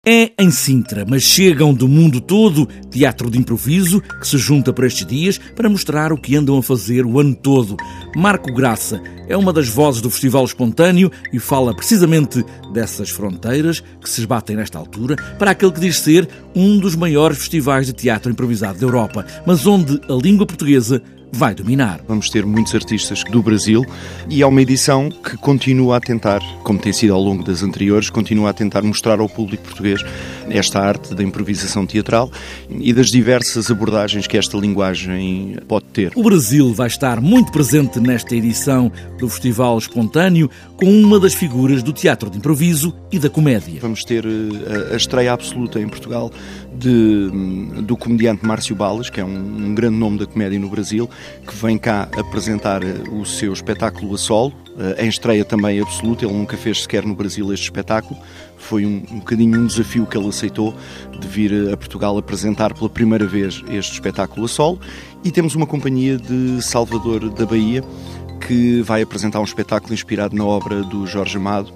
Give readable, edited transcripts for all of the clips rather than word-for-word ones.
É em Sintra, mas chegam do mundo todo teatro de improviso que se junta para estes dias para mostrar o que andam a fazer o ano todo. Marco Graça é uma das vozes do Festival Espontâneo e fala precisamente dessas fronteiras que se esbatem nesta altura para aquele que diz ser um dos maiores festivais de teatro improvisado da Europa, mas onde a língua portuguesa vai dominar. Vamos ter muitos artistas do Brasil e é uma edição que continua a tentar, como tem sido ao longo das anteriores, continua a tentar mostrar ao público português esta arte da improvisação teatral e das diversas abordagens que esta linguagem pode ter. O Brasil vai estar muito presente nesta edição do Festival Espontâneo com uma das figuras do teatro de improviso e da comédia. Vamos ter a estreia absoluta em Portugal do comediante Márcio Balas, que é um grande nome da comédia no Brasil, que vem cá apresentar o seu espetáculo a solo, em estreia também absoluta. Ele nunca fez sequer no Brasil este espetáculo. Foi um bocadinho um desafio que ele aceitou de vir a Portugal apresentar pela primeira vez este espetáculo a solo. E temos uma companhia de Salvador da Bahia que vai apresentar um espetáculo inspirado na obra do Jorge Amado,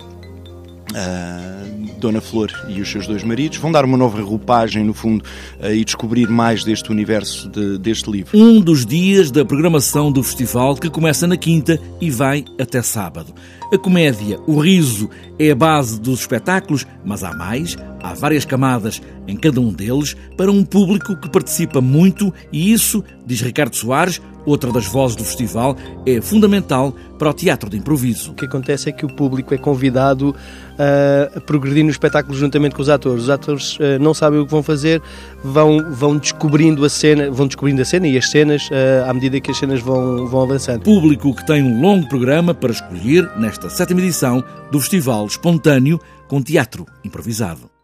Dona Flor e os seus dois maridos. Vão dar uma nova roupagem, no fundo, e descobrir mais deste universo deste livro. Um dos dias da programação do festival que começa na quinta e vai até sábado. A comédia, o riso, é a base dos espetáculos, mas há mais, há várias camadas em cada um deles para um público que participa muito e isso, diz Ricardo Soares, outra das vozes do festival, é fundamental para o teatro de improviso. O que acontece é que o público é convidado a progredir no espetáculo juntamente com os atores. Os atores não sabem o que vão fazer, vão descobrindo a cena e as cenas à medida que as cenas vão avançando. Público que tem um longo programa para escolher nesta 7ª edição do Festival Espontâneo com teatro improvisado.